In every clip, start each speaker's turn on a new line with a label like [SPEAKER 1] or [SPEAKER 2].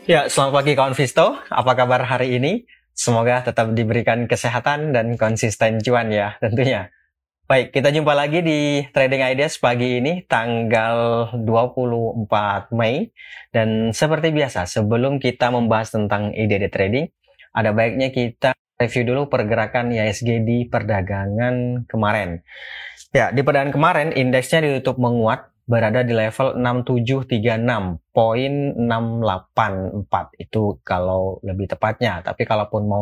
[SPEAKER 1] Ya, selamat pagi kawan Visto. Apa kabar hari ini? Semoga tetap diberikan kesehatan dan konsisten cuan ya tentunya. Baik, kita jumpa lagi di Trading Ideas pagi ini tanggal 24 Mei. Dan seperti biasa, sebelum kita membahas tentang ide-ide trading, ada baiknya kita review dulu pergerakan IHSG di perdagangan kemarin. Ya, di perdagangan kemarin indeksnya ditutup menguat berada di level 6736.684 itu kalau lebih tepatnya. Tapi kalaupun mau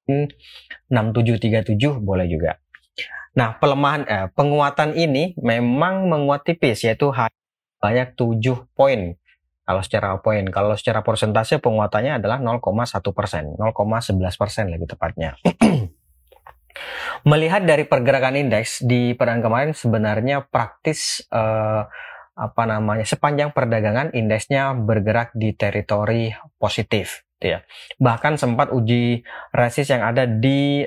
[SPEAKER 1] 6737 boleh juga. Nah, penguatan ini memang menguat tipis, yaitu banyak 7 poin. Kalau secara persentase penguatannya adalah 0,1%, 0,11% lebih tepatnya. Melihat dari pergerakan indeks di perdagangan kemarin sebenarnya praktis sepanjang perdagangan indeksnya bergerak di teritori positif, ya. Bahkan sempat uji resist yang ada di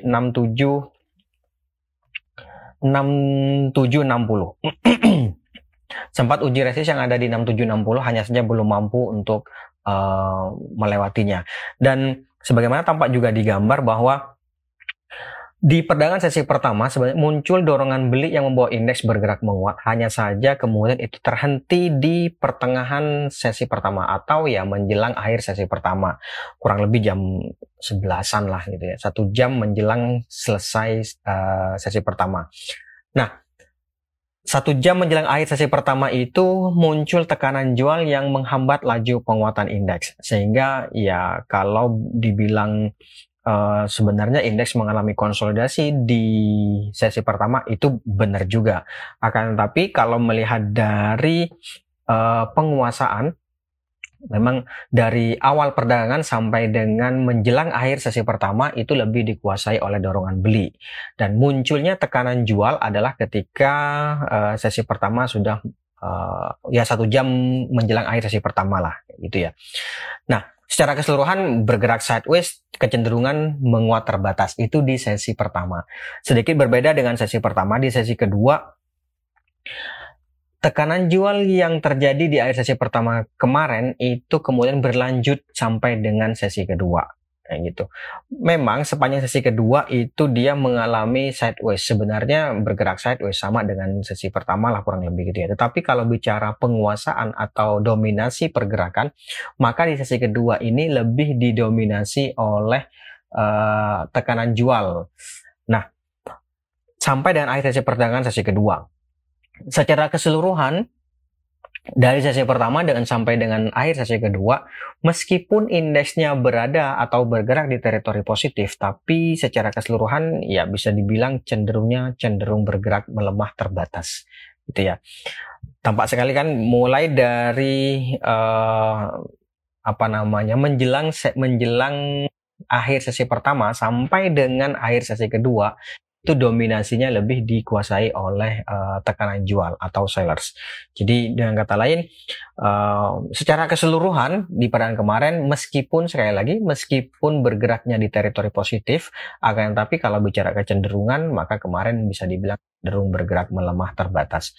[SPEAKER 1] 6760. Sempat uji resist yang ada di 6760, hanya saja belum mampu untuk melewatinya. Dan sebagaimana tampak juga di gambar bahwa di perdagangan sesi pertama sebenarnya muncul dorongan beli yang membawa indeks bergerak menguat, hanya saja kemudian itu terhenti di pertengahan sesi pertama atau ya menjelang akhir sesi pertama, kurang lebih jam 11-an lah gitu ya, 1 jam menjelang selesai sesi pertama. Nah, 1 jam menjelang akhir sesi pertama itu muncul tekanan jual yang menghambat laju penguatan indeks, sehingga ya kalau dibilang sebenarnya indeks mengalami konsolidasi di sesi pertama itu benar juga. Akan tetapi kalau melihat dari penguasaan, memang dari awal perdagangan sampai dengan menjelang akhir sesi pertama itu lebih dikuasai oleh dorongan beli. Dan munculnya tekanan jual adalah ketika sesi pertama sudah 1 jam menjelang akhir sesi pertama lah, gitu ya. Nah, secara keseluruhan bergerak sideways, kecenderungan menguat terbatas itu di sesi pertama. Sedikit berbeda dengan sesi pertama, di sesi kedua tekanan jual yang terjadi di akhir sesi pertama kemarin itu kemudian berlanjut sampai dengan sesi kedua. Kayak gitu. Memang sepanjang sesi kedua itu dia mengalami sideways. Sebenarnya bergerak sideways sama dengan sesi pertama lah kurang lebih gitu ya. Tetapi kalau bicara penguasaan atau dominasi pergerakan, maka di sesi kedua ini lebih didominasi oleh tekanan jual. Nah, sampai dengan akhir sesi perdagangan sesi kedua. Secara keseluruhan dari sesi pertama sampai dengan akhir sesi kedua, meskipun indeksnya berada atau bergerak di teritori positif, tapi secara keseluruhan ya bisa dibilang cenderung bergerak melemah terbatas, gitu ya. Tampak sekali kan mulai dari menjelang akhir sesi pertama sampai dengan akhir sesi kedua itu dominasinya lebih dikuasai oleh tekanan jual atau sellers. Jadi dengan kata lain, secara keseluruhan di perdagangan kemarin meskipun bergeraknya di teritori positif, akan tapi kalau bicara kecenderungan maka kemarin bisa dibilang cenderung bergerak melemah terbatas.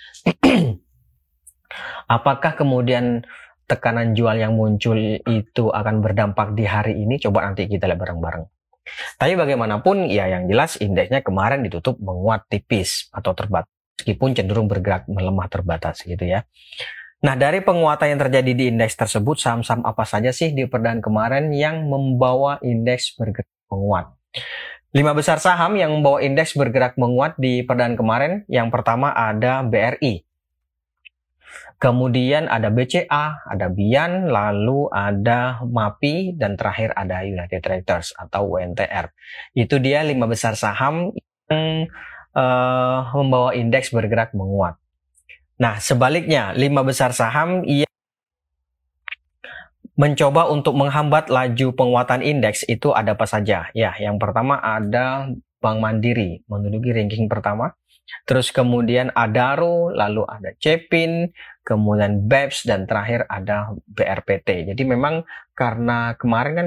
[SPEAKER 1] Apakah kemudian tekanan jual yang muncul itu akan berdampak di hari ini? Coba nanti kita lihat bareng-bareng. Tapi bagaimanapun ya yang jelas indeksnya kemarin ditutup menguat tipis atau terbatas meskipun cenderung bergerak melemah terbatas gitu ya. Nah, dari penguatan yang terjadi di indeks tersebut, saham-saham apa saja sih di perdagangan kemarin yang membawa indeks bergerak menguat? 5 besar saham yang membawa indeks bergerak menguat di perdagangan kemarin, yang pertama ada BRI. Kemudian ada BCA, ada Bian, lalu ada MAPI, dan terakhir ada United Tractors atau UNTR. Itu dia 5 besar saham yang membawa indeks bergerak menguat. Nah, sebaliknya 5 besar saham yang mencoba untuk menghambat laju penguatan indeks itu ada apa saja? Ya, yang pertama ada Bank Mandiri menduduki ranking pertama. Terus kemudian Adaro, lalu ada Cepin, kemudian BEPS, dan terakhir ada BRPT. Jadi memang karena kemarin kan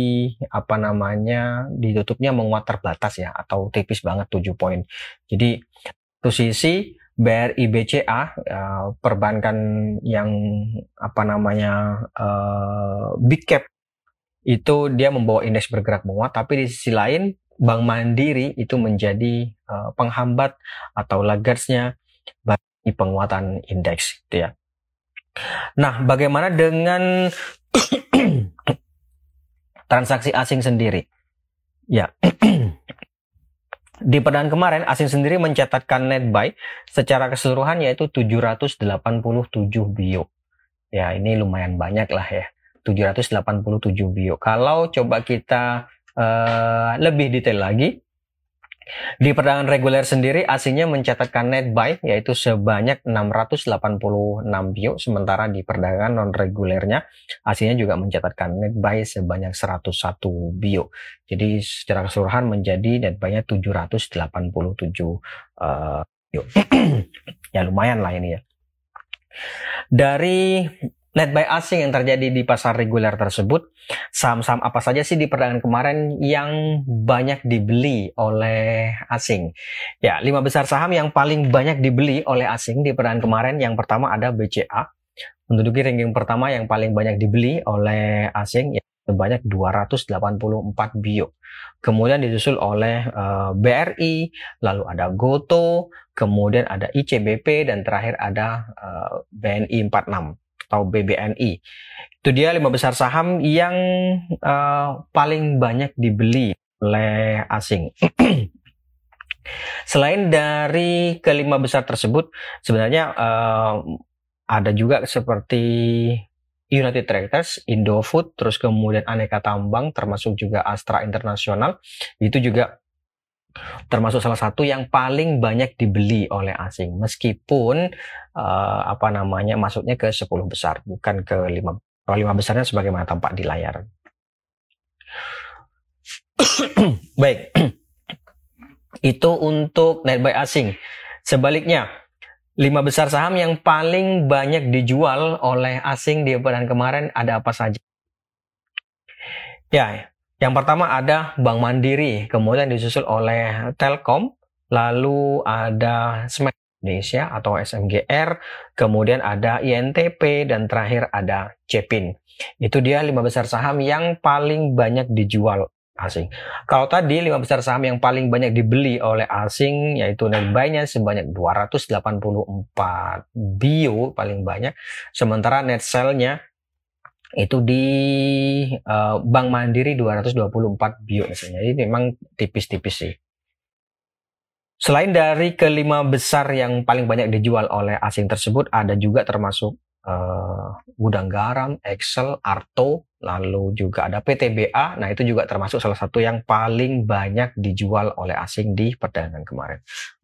[SPEAKER 1] ditutupnya menguat terbatas ya, atau tipis banget 7 poin. Jadi satu sisi BRI BCA, perbankan yang big cap itu dia membawa indeks bergerak menguat, tapi di sisi lain Bank Mandiri itu menjadi penghambat atau laggards-nya bagi penguatan indeks gitu ya. Nah, bagaimana dengan transaksi asing sendiri? Ya. Di perdaan kemarin, asing sendiri mencatatkan net buy secara keseluruhan yaitu 787 bio. Ya, ini lumayan banyak lah ya. 787 bio. Kalau coba kita lebih detail lagi, di perdagangan reguler sendiri asingnya mencatatkan net buy yaitu sebanyak 686 bio, sementara di perdagangan non regulernya asingnya juga mencatatkan net buy sebanyak 101 bio. Jadi secara keseluruhan menjadi net buy-nya 787 bio. Ya lumayan lah ini ya. Dari net buy asing yang terjadi di pasar reguler tersebut, saham-saham apa saja sih di perdagangan kemarin yang banyak dibeli oleh asing? Ya, 5 besar saham yang paling banyak dibeli oleh asing di perdagangan kemarin, yang pertama ada BCA, menduduki ranking pertama yang paling banyak dibeli oleh asing, ya, sebanyak 284 bio. Kemudian disusul oleh BRI, lalu ada GoTo, kemudian ada ICBP, dan terakhir ada BNI 46 atau BBNI. Itu dia 5 besar saham yang paling banyak dibeli oleh asing. Selain dari kelima besar tersebut, sebenarnya ada juga seperti United Tractors, Indofood, terus kemudian Aneka Tambang, termasuk juga Astra Internasional, itu juga termasuk salah satu yang paling banyak dibeli oleh asing, meskipun masuknya ke 10 besar, bukan ke 5. Kalau 5 besarnya sebagaimana tampak di layar. Baik, itu untuk net buy asing. Sebaliknya, 5 besar saham yang paling banyak dijual oleh asing di perdagangan kemarin ada apa saja? Ya, yang pertama ada Bank Mandiri, kemudian disusul oleh Telkom, lalu ada Smack Indonesia atau SMGR, kemudian ada INTP, dan terakhir ada Cepin. Itu dia 5 besar saham yang paling banyak dijual asing. Kalau tadi 5 besar saham yang paling banyak dibeli oleh asing yaitu net buy-nya sebanyak 284 bio paling banyak, sementara net sell-nya itu di Bank Mandiri 224 bio misalnya. Jadi memang tipis-tipis sih. Selain dari kelima besar yang paling banyak dijual oleh asing tersebut, ada juga termasuk Gudang Garam, Excel, Arto, lalu juga ada PTBA. Nah, itu juga termasuk salah satu yang paling banyak dijual oleh asing di perdagangan kemarin.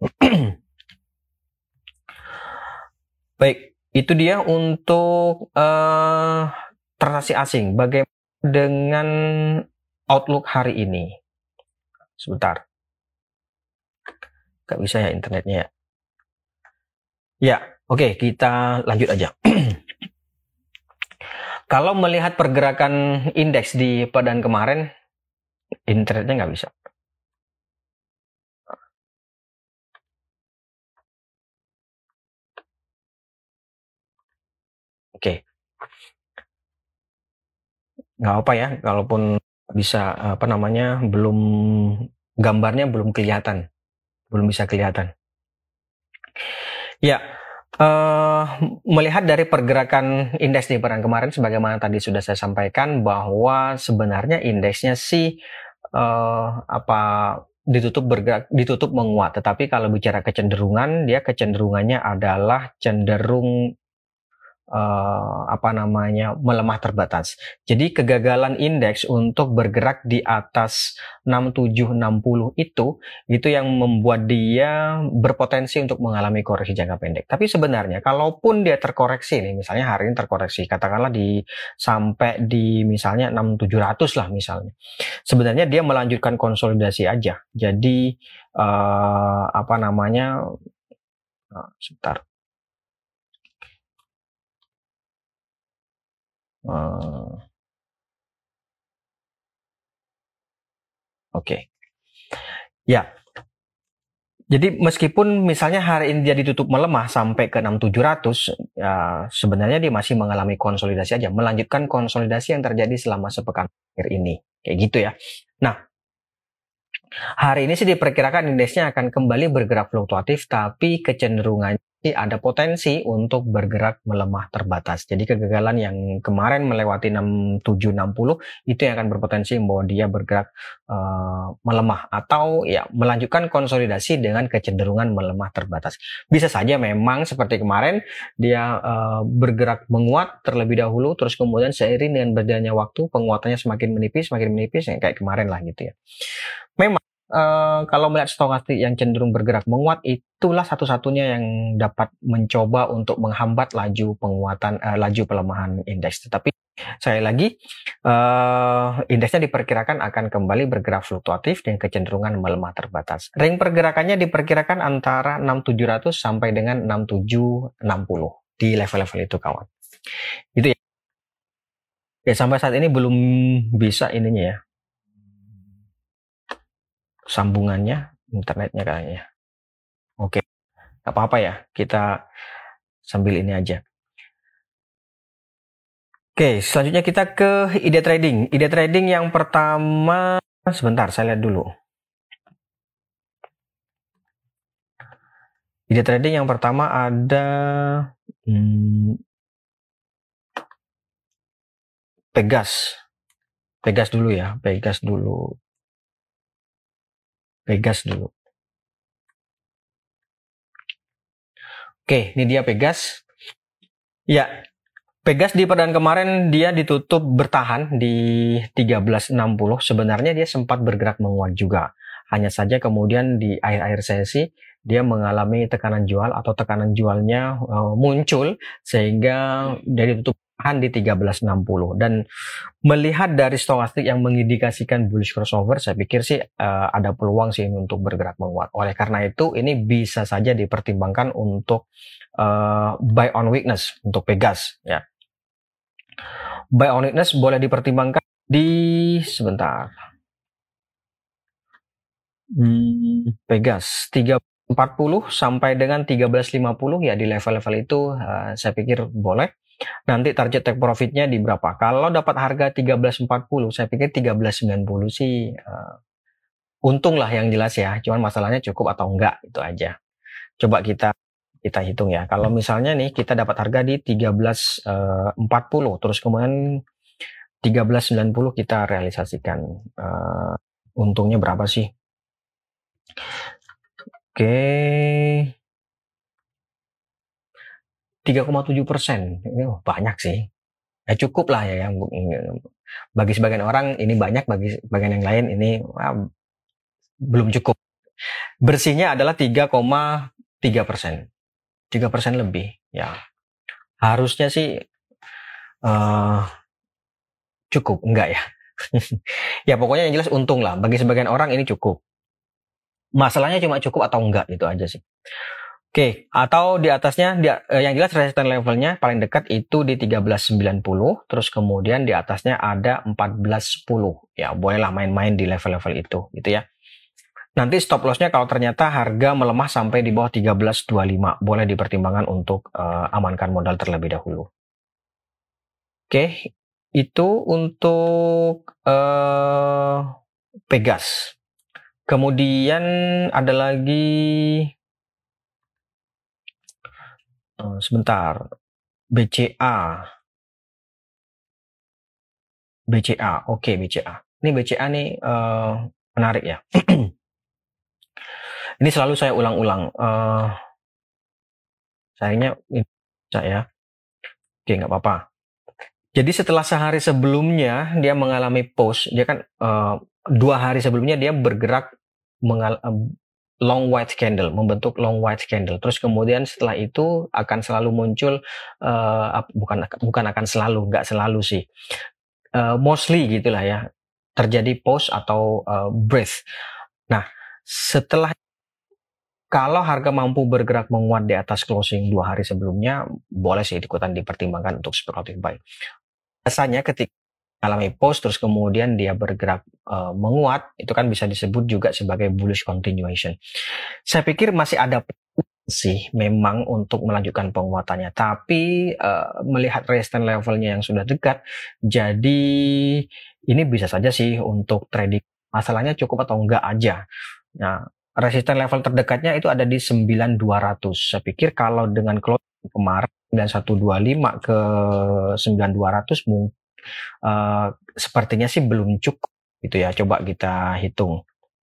[SPEAKER 1] Baik, itu dia untuk transaksi asing. Bagaimana dengan outlook hari ini? Sebentar. Gak bisa ya internetnya ya. Ya, oke, kita lanjut aja. Kalau melihat pergerakan indeks di perdagangan kemarin, internetnya nggak bisa. Oke. Nggak apa ya, kalaupun bisa belum, gambarnya belum kelihatan, belum bisa kelihatan. Ya, melihat dari pergerakan indeks di perdagangan kemarin, sebagaimana tadi sudah saya sampaikan bahwa sebenarnya indeksnya sih ditutup menguat, tetapi kalau bicara kecenderungan, dia kecenderungannya adalah cenderung melemah terbatas. Jadi kegagalan indeks untuk bergerak di atas 6760 itu yang membuat dia berpotensi untuk mengalami koreksi jangka pendek. Tapi sebenarnya kalaupun dia terkoreksi nih, misalnya hari ini terkoreksi, katakanlah sampai di misalnya 6700 lah misalnya. Sebenarnya dia melanjutkan konsolidasi aja. Jadi sebentar. Oke. Ya. Jadi meskipun misalnya hari ini dia ditutup melemah sampai ke 6.700, ya sebenarnya dia masih mengalami konsolidasi aja, melanjutkan konsolidasi yang terjadi selama sepekan terakhir ini, kayak gitu ya. Nah, hari ini sih diperkirakan indeksnya akan kembali bergerak fluktuatif, tapi kecenderungannya ada potensi untuk bergerak melemah terbatas. Jadi kegagalan yang kemarin melewati 6760 itu yang akan berpotensi bahwa dia bergerak melemah atau ya melanjutkan konsolidasi dengan kecenderungan melemah terbatas. Bisa saja memang seperti kemarin dia bergerak menguat terlebih dahulu, terus kemudian seiring dengan berjalannya waktu penguatannya semakin menipis ya, kayak kemarin lah gitu ya. Memang kalau melihat stokastik yang cenderung bergerak menguat, itulah satu-satunya yang dapat mencoba untuk menghambat laju penguatan, laju pelemahan indeks. Tetapi sekali lagi, indeksnya diperkirakan akan kembali bergerak fluktuatif dengan kecenderungan melemah terbatas. Ring pergerakannya diperkirakan antara 6.700 sampai dengan 6.760 di level-level itu, kawan. Itu ya. Ya, sampai saat ini belum bisa ininya ya, sambungannya internetnya kayaknya. Oke, nggak apa-apa ya, kita sambil ini aja. Oke, selanjutnya kita ke ide trading. Ide trading yang pertama, sebentar saya lihat dulu. Ide trading yang pertama ada Pegas. Pegas dulu ya, Pegas dulu. Oke, ini dia Pegas. Ya, Pegas di perdaan kemarin dia ditutup bertahan di 1360. Sebenarnya dia sempat bergerak menguat juga. Hanya saja kemudian di akhir-akhir sesi dia mengalami tekanan jual atau tekanan jualnya muncul sehingga dia ditutup bertahan di 1360. Dan melihat dari stokastik yang mengindikasikan bullish crossover, saya pikir sih ada peluang sih untuk bergerak menguat. Oleh karena itu ini bisa saja dipertimbangkan untuk buy on weakness untuk Pegas ya. Buy on weakness boleh dipertimbangkan di sebentar. Pegas 340 sampai dengan 1350 ya, di level-level itu saya pikir boleh. Nanti target take profitnya di berapa? Kalau dapat harga 1340, saya pikir 1390 sih untung lah yang jelas ya. Cuman masalahnya cukup atau enggak, itu aja. Coba kita hitung ya. Kalau misalnya nih kita dapat harga di 1340, terus kemudian 1390 kita realisasikan, untungnya berapa sih? Oke, 3,7%. Ini banyak sih. Ya cukup lah ya. Bagi sebagian orang ini banyak, bagi sebagian yang lain ini belum cukup. Bersihnya adalah 3,3%. 3% lebih ya. Harusnya sih cukup, enggak ya. Ya pokoknya yang jelas untung lah. Bagi sebagian orang ini cukup. Masalahnya cuma cukup atau enggak, itu aja sih. Oke, atau di atasnya yang jelas resistance levelnya paling dekat itu di 1390, terus kemudian di atasnya ada 1410. Ya, bolehlah main-main di level-level itu gitu ya. Nanti stop lossnya kalau ternyata harga melemah sampai di bawah 1325, boleh dipertimbangkan untuk amankan modal terlebih dahulu. Oke, itu untuk Pegas. Kemudian ada lagi sebentar, BCA. Oke, BCA. Ini BCA nih menarik ya. Ini selalu saya ulang-ulang. Sayangnya saya. Oke, nggak apa-apa. Jadi setelah sehari sebelumnya dia mengalami pause, dia kan 2 hari sebelumnya dia bergerak long white candle, membentuk long white candle. Terus kemudian setelah itu akan selalu muncul, bukan akan selalu, nggak selalu sih, mostly gitulah ya, terjadi pause atau breath. Nah, setelah kalau harga mampu bergerak menguat di atas closing 2 hari sebelumnya, boleh sih ikutan dipertimbangkan untuk speculative buy. Biasanya ketika mengalami pause terus kemudian dia bergerak menguat, itu kan bisa disebut juga sebagai bullish continuation. Saya pikir masih ada sih memang untuk melanjutkan penguatannya, tapi melihat resistance levelnya yang sudah dekat, jadi ini bisa saja sih untuk trading. Masalahnya cukup atau enggak aja. Nah, resistance level terdekatnya itu ada di 9200. Saya pikir kalau dengan closing kemarin 9125 ke 9200 sepertinya sih belum cukup gitu ya. Coba kita hitung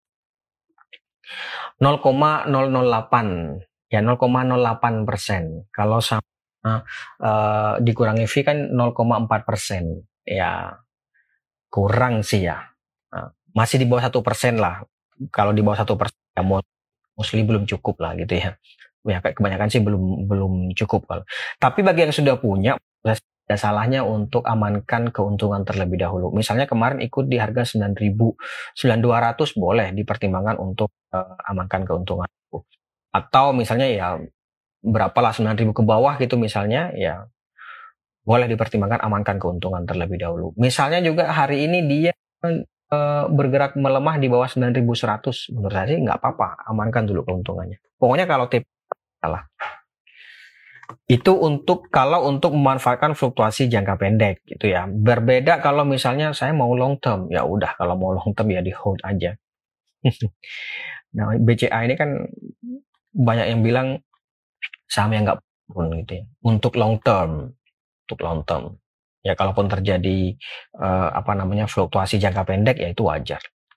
[SPEAKER 1] 0,008 ya, 0,08%. Kalau sama dikurangi fee kan 0,4%. Ya kurang sih ya. Masih di bawah 1% lah. Kalau di bawah 1% ya mostly belum cukup lah gitu ya. Ya kayak kebanyakan sih belum cukup kalau. Tapi bagi yang sudah punya, ada salahnya untuk amankan keuntungan terlebih dahulu. Misalnya kemarin ikut di harga 9.200 boleh dipertimbangkan untuk amankan keuntungan. Atau misalnya ya berapalah 9.000 ke bawah gitu misalnya, ya boleh dipertimbangkan amankan keuntungan terlebih dahulu. Misalnya juga hari ini dia bergerak melemah di bawah 9.100, menurut saya sih nggak apa-apa, amankan dulu keuntungannya. Pokoknya kalau tip salah. Itu kalau untuk memanfaatkan fluktuasi jangka pendek gitu ya. Berbeda kalau misalnya saya mau long term, ya udah kalau mau long term ya di hold aja. Nah, BCA ini kan banyak yang bilang saham yang nggak pun gitu ya. Untuk long term. Ya kalaupun terjadi fluktuasi jangka pendek ya itu wajar.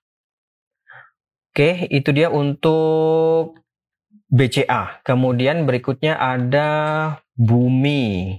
[SPEAKER 1] Oke, itu dia untuk BCA. Kemudian berikutnya ada Bumi.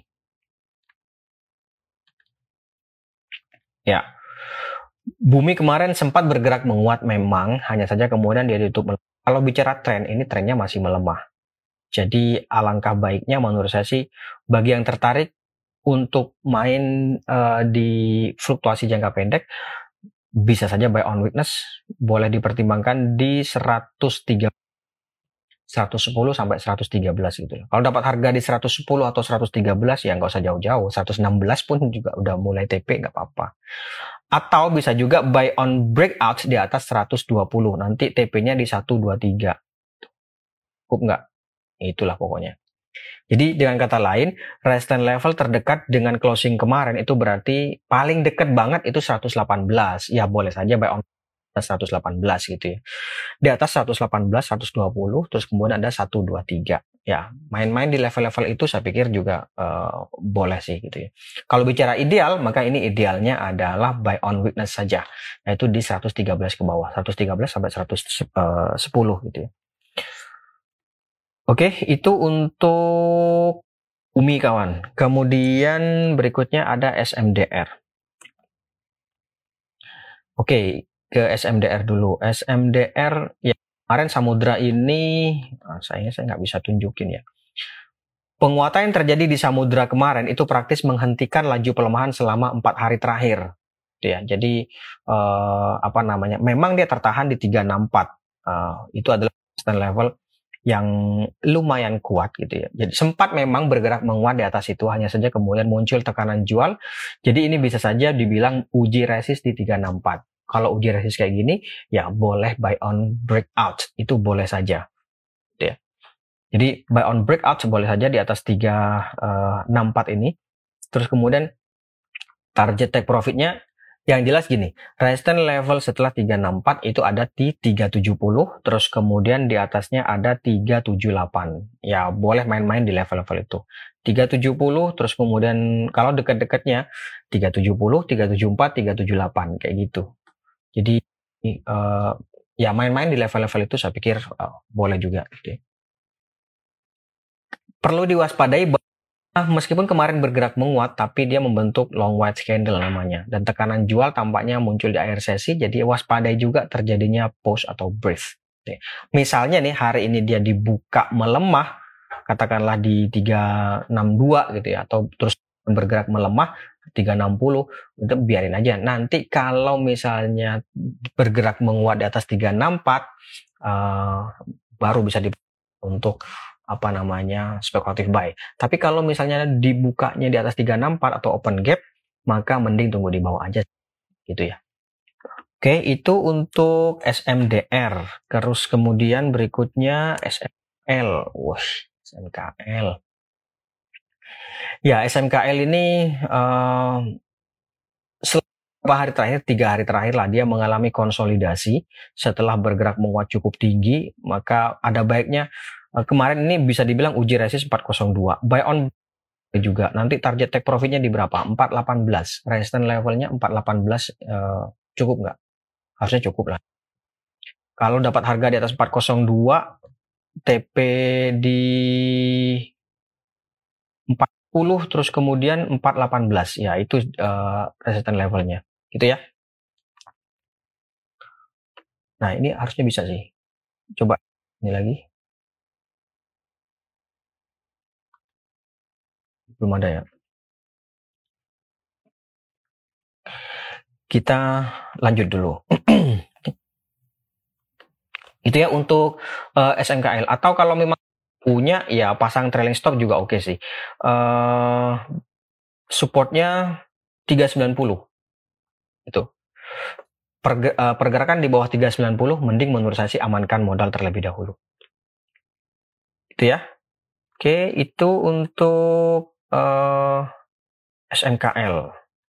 [SPEAKER 1] Ya. Bumi kemarin sempat bergerak menguat memang, hanya saja kemudian dia ditutup. Kalau bicara tren, ini trennya masih melemah. Jadi alangkah baiknya menurut saya sih bagi yang tertarik untuk main di fluktuasi jangka pendek, bisa saja buy on weakness, boleh dipertimbangkan di 110 sampai 113 gitu. Kalau dapat harga di 110 atau 113 ya nggak usah jauh-jauh, 116 pun juga udah mulai TP nggak apa-apa. Atau bisa juga buy on breakout di atas 120, nanti TP-nya di 123. Cukup nggak? Itulah pokoknya. Jadi dengan kata lain, resistance level terdekat dengan closing kemarin itu berarti paling dekat banget itu 118. Ya boleh saja buy on 118 gitu ya. Di atas 118, 120, terus kemudian ada 123. Ya, main-main di level-level itu saya pikir juga boleh sih gitu ya. Kalau bicara ideal, maka ini idealnya adalah buy on weakness saja, yaitu di 113 ke bawah, 113 sampai 110 gitu ya. Oke, itu untuk Bumi kawan. Kemudian berikutnya ada SMDR. Oke, ke SMDR dulu. SMDR ya kemarin Samudra ini sayangnya saya nggak bisa tunjukin ya. Penguatan yang terjadi di Samudra kemarin itu praktis menghentikan laju pelemahan selama 4 hari terakhir. Ya, jadi memang dia tertahan di 364. Itu adalah level yang lumayan kuat gitu ya. Jadi sempat memang bergerak menguat di atas itu, hanya saja kemudian muncul tekanan jual. Jadi ini bisa saja dibilang uji resist di 364. Kalau uji resist kayak gini, ya boleh buy on breakout, itu boleh saja. Ya. Jadi buy on breakout boleh saja di atas 364 ini. Terus kemudian target take profitnya yang jelas gini, resistance level setelah 364 itu ada di 370, terus kemudian di atasnya ada 378. Ya, boleh main-main di level-level itu. 370, terus kemudian kalau dekat-dekatnya 370, 374, 378 kayak gitu. Jadi ya main-main di level-level itu saya pikir boleh juga gitu. Perlu diwaspadai meskipun kemarin bergerak menguat, tapi dia membentuk long white candle namanya. Dan tekanan jual tampaknya muncul di akhir sesi, jadi waspadai juga terjadinya push atau brief. Misalnya nih, hari ini dia dibuka melemah, katakanlah di 362 gitu ya, atau terus bergerak melemah, 360, itu biarin aja. Nanti kalau misalnya bergerak menguat di atas 364, baru bisa untuk spekulatif buy. Tapi kalau misalnya dibukanya di atas 364 atau open gap, maka mending tunggu di bawah aja gitu ya. Oke, itu untuk SMDR. Terus kemudian berikutnya SMKL. Wah, SMKL. Ya, SMKL ini beberapa hari terakhir, 3 hari terakhir lah, dia mengalami konsolidasi setelah bergerak menguat cukup tinggi. Maka ada baiknya kemarin ini bisa dibilang uji resist 402. Buy on juga. Nanti target take profitnya di berapa? 418. Resistance levelnya 418 cukup nggak? Harusnya cukup lah. Kalau dapat harga di atas 402, TP di 40 terus kemudian 418, ya itu resistance levelnya, gitu ya. Nah ini harusnya bisa sih. Coba ini lagi. Belum ada ya. Kita lanjut dulu. Itu ya untuk SMKL. Atau kalau memang punya, ya pasang trailing stop juga oke sih. Supportnya 390. Itu. Pergerakan di bawah 390, mending menurut saya sih amankan modal terlebih dahulu. Itu ya. Oke, itu untuk SMKL.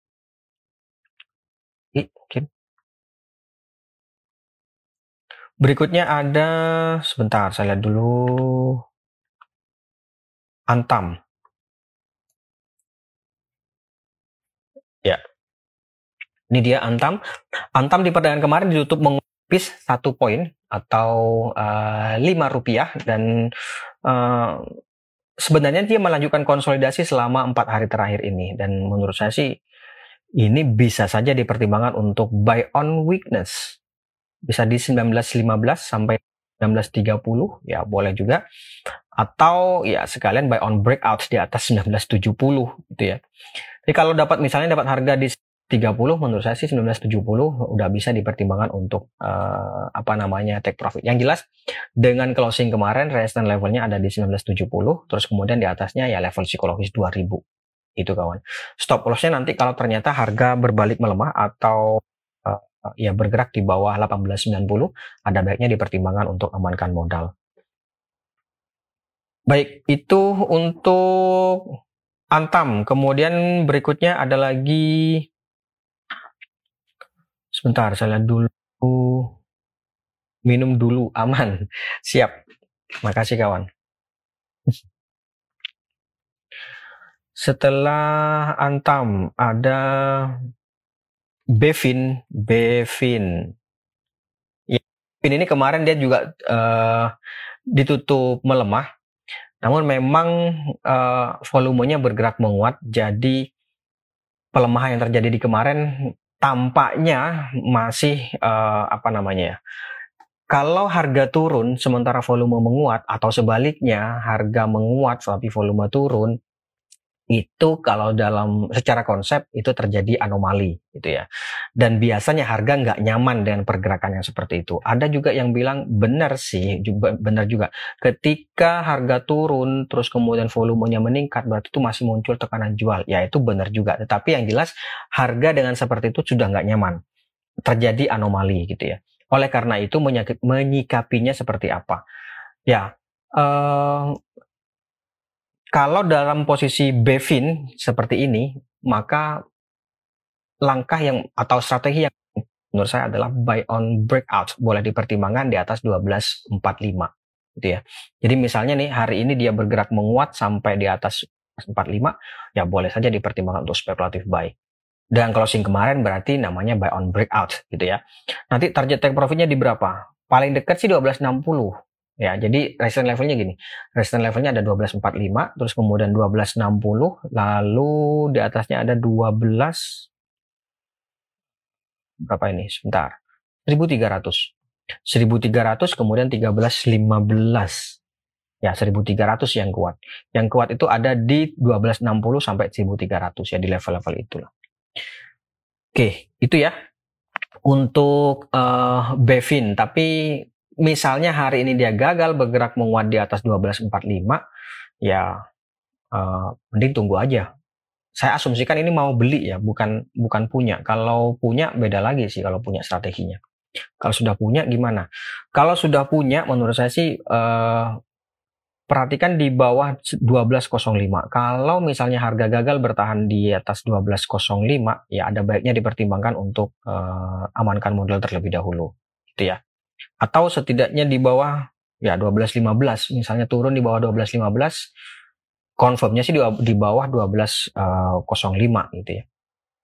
[SPEAKER 1] Berikutnya ada, sebentar saya lihat dulu, Antam. Ya, ini dia Antam. Antam di perdagangan kemarin ditutup mengupis 1 poin atau Rp5, dan sebenarnya dia melanjutkan konsolidasi selama 4 hari terakhir ini, dan menurut saya sih ini bisa saja dipertimbangkan untuk buy on weakness. Bisa di 1915 sampai 1930, ya boleh juga. Atau ya sekalian buy on breakout di atas 1970 gitu ya. Jadi kalau misalnya dapat harga di 30, menurut saya sih 1970 udah bisa dipertimbangkan untuk take profit. Yang jelas dengan closing kemarin resistance levelnya ada di 1970, terus kemudian di atasnya ya level psikologis 2000. Itu kawan. Stop lossnya nanti kalau ternyata harga berbalik melemah atau ya bergerak di bawah 1890, ada baiknya dipertimbangkan untuk amankan modal. Baik, itu untuk Antam. Kemudian berikutnya ada lagi, sebentar saya lihat dulu, minum dulu, aman. Siap, makasih kawan. Setelah Antam ada Bevin. Ya, Bevin ini kemarin dia juga ditutup melemah, namun memang volumenya bergerak menguat, jadi pelemahan yang terjadi di kemarin tampaknya masih kalau harga turun sementara volume menguat, atau sebaliknya harga menguat tapi volume turun, itu kalau secara konsep itu terjadi anomali gitu ya. Dan biasanya harga nggak nyaman dengan pergerakan yang seperti itu. Ada juga yang bilang benar juga ketika harga turun terus kemudian volumenya meningkat, berarti itu masih muncul tekanan jual. Ya itu benar juga. Tetapi yang jelas harga dengan seperti itu sudah nggak nyaman, terjadi anomali gitu ya. Oleh karena itu menyikapinya seperti apa? Ya, kalau dalam posisi Bevin seperti ini, maka langkah atau strategi yang menurut saya adalah buy on breakout, boleh dipertimbangkan di atas 1245 gitu ya. Jadi misalnya nih hari ini dia bergerak menguat sampai di atas 45, ya boleh saja dipertimbangkan untuk spekulatif buy. Dan closing kemarin berarti namanya buy on breakout gitu ya. Nanti target take profitnya di berapa? Paling dekat sih 1260. Ya, jadi resistance levelnya gini. Resistance levelnya ada 1245, terus kemudian 1260, lalu di atasnya ada 12 berapa ini? Sebentar. 1300. 1300 kemudian 1315. Ya, 1300 yang kuat. Yang kuat itu ada di 1260 sampai 1300 ya, di level-level itulah. Oke, itu ya untuk Bevin. Tapi misalnya hari ini dia gagal bergerak menguat di atas 1245, ya mending tunggu aja. saya asumsikan ini mau beli ya, bukan punya. Kalau punya beda lagi sih kalau punya strateginya. Kalau sudah punya gimana? Kalau sudah punya menurut saya sih perhatikan di bawah 12.05. Kalau misalnya harga gagal bertahan di atas 12.05, ya ada baiknya dipertimbangkan untuk amankan modal terlebih dahulu, gitu ya. Atau setidaknya di bawah ya 12.15, misalnya turun di bawah 12.15, confirmnya sih di bawah 12.05 gitu ya.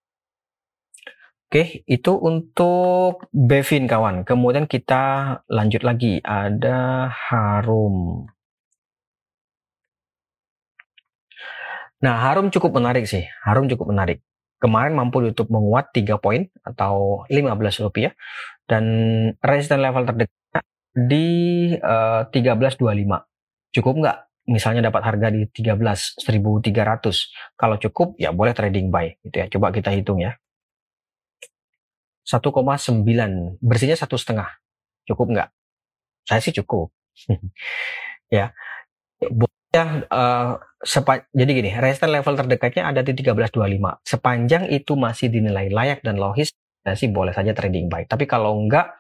[SPEAKER 1] Oke, itu untuk Bevin kawan. Kemudian kita lanjut lagi, ada Harum. Nah, Harum cukup menarik sih. Harum cukup menarik. Kemarin mampu YouTube menguat 3 poin atau 15 rupiah. Dan resistance level terdekat di 13.25. Cukup nggak? Misalnya dapat harga di 13.300. Kalau cukup, ya boleh trading buy. Gitu ya. Coba kita hitung ya. 1,9. Bersihnya 1,5. Cukup nggak? Saya sih cukup. Ya. Jadi gini, resistance level terdekatnya ada di 13.25. Sepanjang itu masih dinilai layak dan logis, saya sih boleh saja trading buy. Tapi kalau enggak,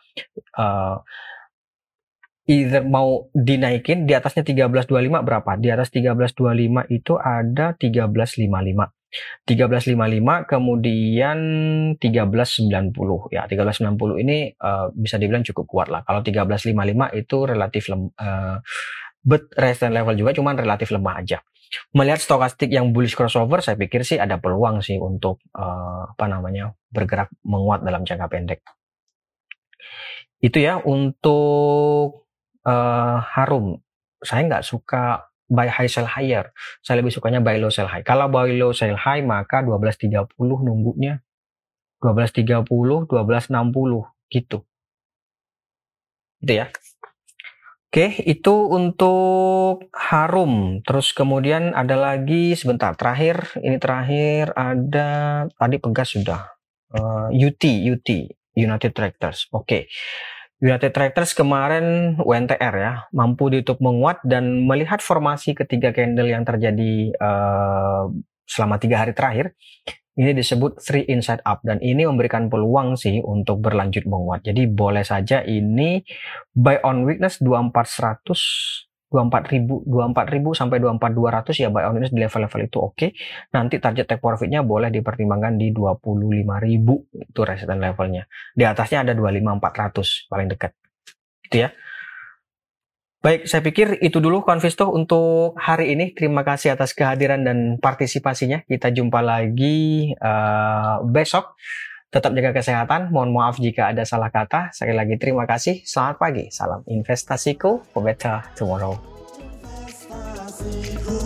[SPEAKER 1] either mau dinaikin di atasnya 13.25 berapa? Di atas 13.25 itu ada 13.55. 13.55 kemudian 13.90 ya 13.90 ini bisa dibilang cukup kuat lah. Kalau 13.55 itu relatif but resistance level juga cuman relatif lemah aja. Melihat stokastik yang bullish crossover, saya pikir sih ada peluang sih untuk bergerak menguat dalam jangka pendek. Itu ya untuk Harum. Saya nggak suka buy high sell higher. Saya lebih sukanya buy low sell high. Kalau buy low sell high maka 12.30 nunggunya. 12.30, 12.60 gitu. Itu ya. Oke, itu untuk Harum. Terus kemudian ada lagi sebentar terakhir, ini terakhir ada tadi Pegas sudah. UT United Tractors. Oke. United Tractors kemarin UNTR ya, mampu ditutup menguat dan melihat formasi ketiga candle yang terjadi selama 3 hari terakhir, ini disebut 3 inside up dan ini memberikan peluang sih untuk berlanjut menguat. Jadi boleh saja ini buy on weakness 24.100, 24.000 sampai 24.200 ya buy on weakness di level-level itu oke. Nanti target take profitnya boleh dipertimbangkan di 25.000 itu resistance levelnya. Di atasnya ada 25.400 paling dekat. Gitu ya. Baik, saya pikir itu dulu Konvisto untuk hari ini. Terima kasih atas kehadiran dan partisipasinya. Kita jumpa lagi besok. Tetap jaga kesehatan. Mohon maaf jika ada salah kata. Sekali lagi terima kasih. Selamat pagi. Salam investasiku for better tomorrow.